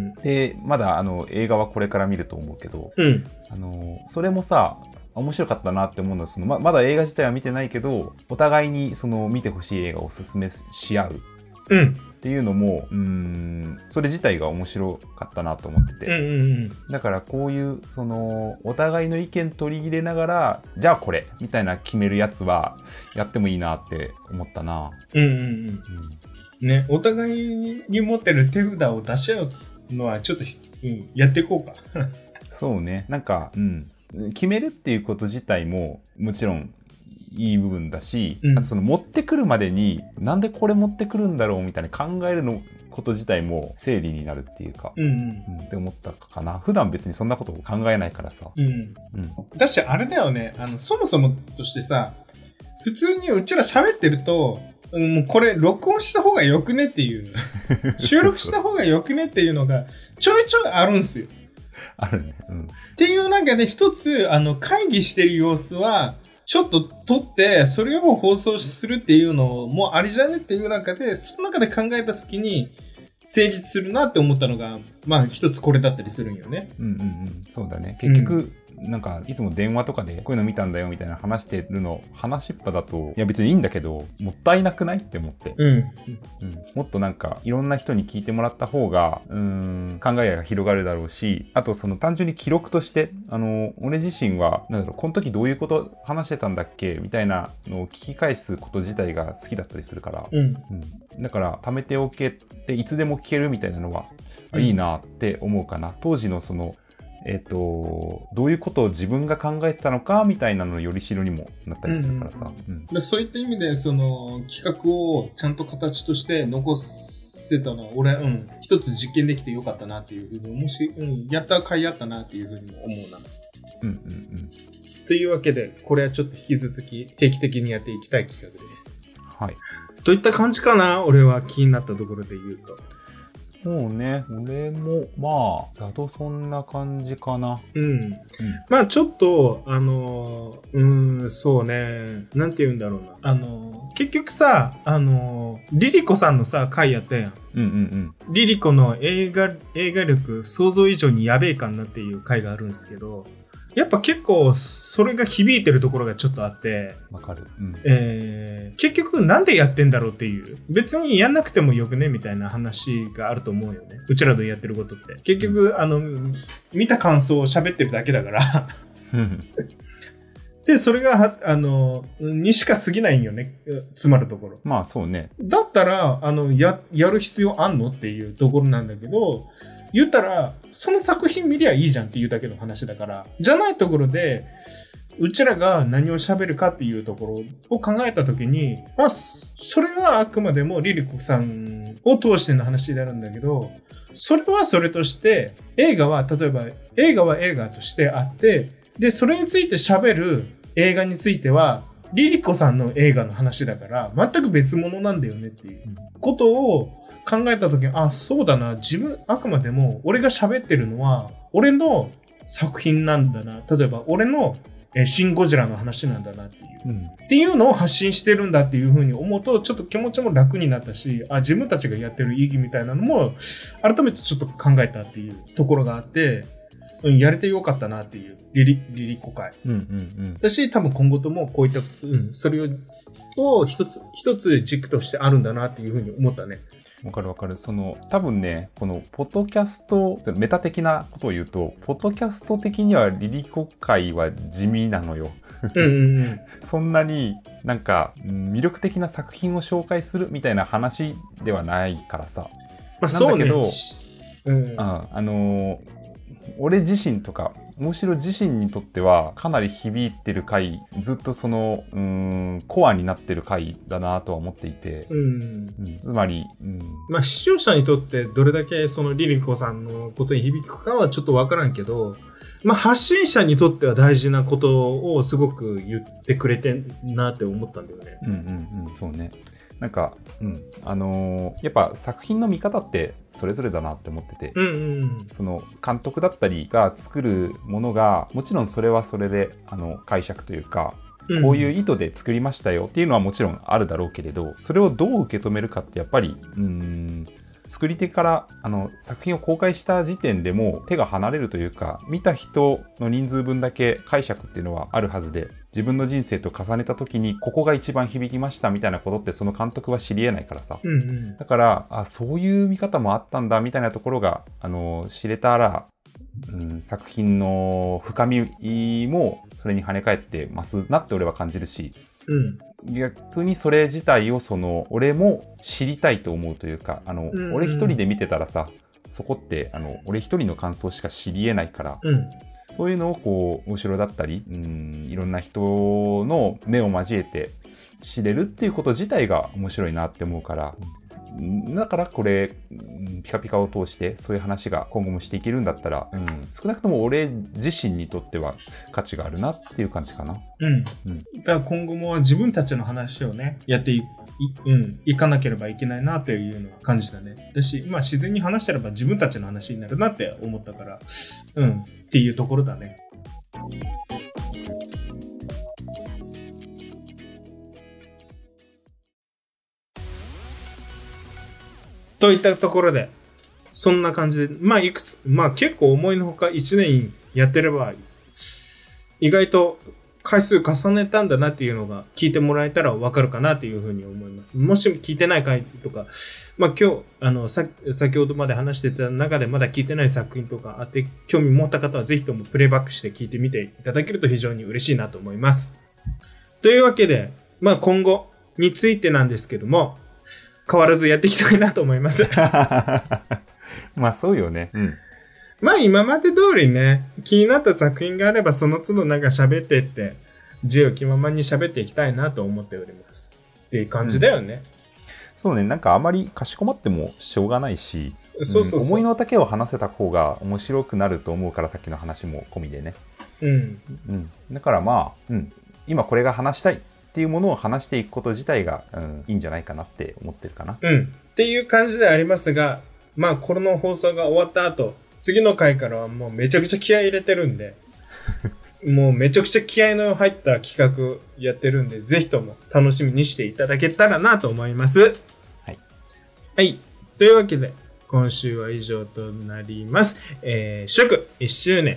で、まだあの映画はこれから見ると思うけど、うん、あのそれもさ、面白かったなって思うのはその ま, まだ映画自体は見てないけど、お互いにその見てほしい映画をおすすめし合う。うん。っていうのも、うーん、それ自体が面白かったなと思ってて。うんうんうん、だからこういう、その、お互いの意見取り入れながら、じゃあこれみたいな決めるやつは、やってもいいなって思ったな。うんうんうん。 うん、ね、お互いに持ってる手札を出し合うのは、ちょっと、うん、やっていこうか。 そうね。なんか、うん。決めるっていうこと自体も、もちろん、いい部分だし、うん、あとその持ってくるまでになんでこれ持ってくるんだろうみたいな考えるのこと自体も整理になるっていうか、うんうんうん、って思ったかな。普段別にそんなことを考えないからさ。うんうん、 だしあれだよね、あのそもそもとしてさ、普通にうちら喋ってると、うん、もうこれ録音した方がよくねっていう収録した方がよくねっていうのがちょいちょいあるんすよ。 あるね。うん、 っていう中で一つあの会議してる様子はちょっと撮って、それを放送するっていうのもありじゃねっていう中で、その中で考えたときに成立するなって思ったのが、まあ一つこれだったりするんよね。 うんうんうん。そうだね。結局、うん、なんかいつも電話とかでこういうの見たんだよみたいな話してるの、話しっぱだと、いや別にいいんだけど、もったいなくないって思って。うん。うん、もっとなんかいろんな人に聞いてもらった方が、うーん、考えが広がるだろうし、あとその単純に記録として、あの、俺自身は、なんだろう、この時どういうこと話してたんだっけみたいなのを聞き返すこと自体が好きだったりするから、うん。うん、だから貯めておけて、いつでも聞けるみたいなのは、うん、いいなって思うかな。当時のその、えっと、どういうことを自分が考えてたのかみたいなののよりしろにもなったりするからさ。 うんうん、そういった意味で、その企画をちゃんと形として残せたのは、俺は、うん、一つ実験できてよかったなっていうふうに、もし、うん、やった甲斐あったなっていうふうにも思うな。うんうんうん。というわけで、これはちょっと引き続き定期的にやっていきたい企画です。 はい。 といった感じかな、俺は気になったところで言うと。 そうね。俺も、まあ、ざとそんな感じかな。 うん。うん、まあ、ちょっと、あの、うーん、そうね。なんて言うんだろうな。あの、結局さ、あの、リリコさんのさ、回やったやん。うんうんうん。リリコの映画、映画力、想像以上にやべえかなっていう回があるんですけど、 やっぱ結構それが響いてるところがちょっとあって、 わかる。うん、 えー、結局なんでやってんだろうっていう、別にやんなくてもよくねみたいな話があると思うよね。うちらのやってることって。結局、うん、あの、見た感想を喋ってるだけだから。で、それが、あの、にしか過ぎないんよね。詰まるところ。 まあそうね。 だったら、あの、や、やる必要あんのっていうところなんだけど、言ったら、その作品見りゃいいじゃんっていうだけの話だから、じゃないところで、うちらが何を喋るかっていうところを考えたときに、まあ、それはあくまでもリリコさんを通しての話になるんだけど、それはそれとして、映画は、例えば、映画は映画としてあって、で、それについて喋る映画については、リリコさんの映画の話だから、全く別物なんだよねっていうことを考えたときに、あ、そうだな、自分、あくまでも俺が喋ってるのは、俺の作品なんだな。例えば、俺のえシン・ゴジラの話なんだなっていう、うん。っていうのを発信してるんだっていうふうに思うと、ちょっと気持ちも楽になったし、あ、自分たちがやってる意義みたいなのも、改めてちょっと考えたっていうところがあって、うん、やれてよかったなっていう、リリ、リリコ会。うんうんうん。だし、多分今後ともこういった、うん、それを、を一つ、一つ軸としてあるんだなっていうふうに思ったね。 わかるわかる。その、多分ね、この、ポッドキャスト、メタ的なことを言うと、ポッドキャスト的にはリリコ会は地味なのよ。うんうんうん、そんなになんか、魅力的な作品を紹介するみたいな話ではないからさ。 まあ、そうね。 なんだけど、うん、あ, あのー、俺自身とか、大城自身にとってはかなり響いてる回、ずっとそのうーんコアになってる回だなとは思っていて、うんうん、つまり、うん、 まあ視聴者にとってどれだけそのリリコさんのことに響くかはちょっとわからんけど、まあ発信者にとっては大事なことをすごく言ってくれてんなって思ったんだよね。 うんうんうん、そうね。なんか、うん、あのー、やっぱ作品の見方ってそれぞれだなって思ってて、うんうん、その監督だったりが作るものがもちろんそれはそれであの解釈というか、うん、こういう意図で作りましたよっていうのはもちろんあるだろうけれど、それをどう受け止めるかってやっぱりうーん作り手からあの作品を公開した時点でもう手が離れるというか、見た人の人数分だけ解釈っていうのはあるはずで、自分の人生と重ねた時にここが一番響きましたみたいなことってその監督は知り得ないからさ、うんうん、だからあそういう見方もあったんだみたいなところがあの知れたら、うん、作品の深みもそれに跳ね返ってますなって俺は感じるし、うん、逆にそれ自体をその俺も知りたいと思うというか、あの、うんうん、俺一人で見てたらさ、そこってあの俺一人の感想しか知り得ないから、うん、そういうのをこう後ろだったり、うん、いろんな人の目を交えて知れるっていうこと自体が面白いなって思うから、だからこれピカピカを通してそういう話が今後もしていけるんだったら、うん、少なくとも俺自身にとっては価値があるなっていう感じかな。 うん。うん、だから今後も自分たちの話をねやっていい、うん、いかなければいけないなというのを感じたね。だし、まあ自然に話してれば自分たちの話になるなって思ったから、うんっていうところだね。といったところで、そんな感じで、まあいくつ、まあ結構思いのほかいちねんやってれば、意外と回数重ねたんだなっていうのが聞いてもらえたらわかるかなっていうふうに思います。もし聞いてない回とか、まあ今日、あの、さ、先ほどまで話してた中でまだ聞いてない作品とかあって興味持った方はぜひともプレイバックして聞いてみていただけると非常に嬉しいなと思います。というわけで、まあ今後についてなんですけども、変わらずやっていきたいなと思います。 まあそうよね。うん。 まあ今まで通りね、気になった作品があればその都度なんか喋ってって、自由気ままに喋っていきたいなと思っております。っていう感じだよね。 うん、そうね、なんかあまりかしこまってもしょうがないし、そうそうそう、うん、思いの丈を話せた方が面白くなると思うから、さっきの話も込みでね。うん。うん。だからまあ、うん、今これが話したいっていうものを話していくこと自体が、うん、いいんじゃないかなって思ってるかな。 うん。っていう感じでありますが、まあこの放送が終わった後、次の回からはもうめちゃくちゃ気合い入れてるんで、もうめちゃくちゃ気合の入った企画やってるんで、ぜひとも楽しみにしていただけたらなと思います。はい。はい。というわけで、今週は以上となります。えー、祝いっしゅうねん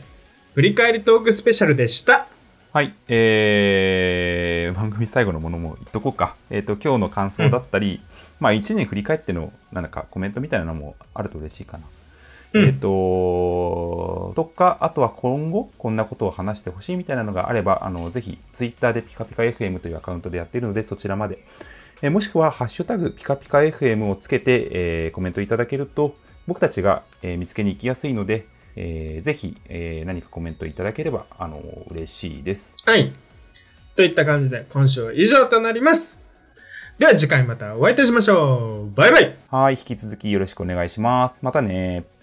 振り返りトークスペシャルでした。 はい、えー、番組最後のものも言っとこうか。えっ、ー、と、今日の感想だったり、うん、まあ、いちねん振り返っての、なんだかコメントみたいなのもあると嬉しいかな。うん、えっ、ー、と、とか、あとは今後、こんなことを話してほしいみたいなのがあれば、あの、ぜひ、ツイッターでピカピカ エフエム というアカウントでやっているので、そちらまで。えー、もしくは、ハッシュタグピカピカ エフエム をつけて、えー、コメントいただけると、僕たちが、えー、見つけに行きやすいので、えー、ぜひ、えー、何かコメントいただければ、あの、嬉しいです。 はい。といった感じで、今週は以上となります。では次回またお会いいたしましょう。バイバイ。 はい、引き続きよろしくお願いします。またね。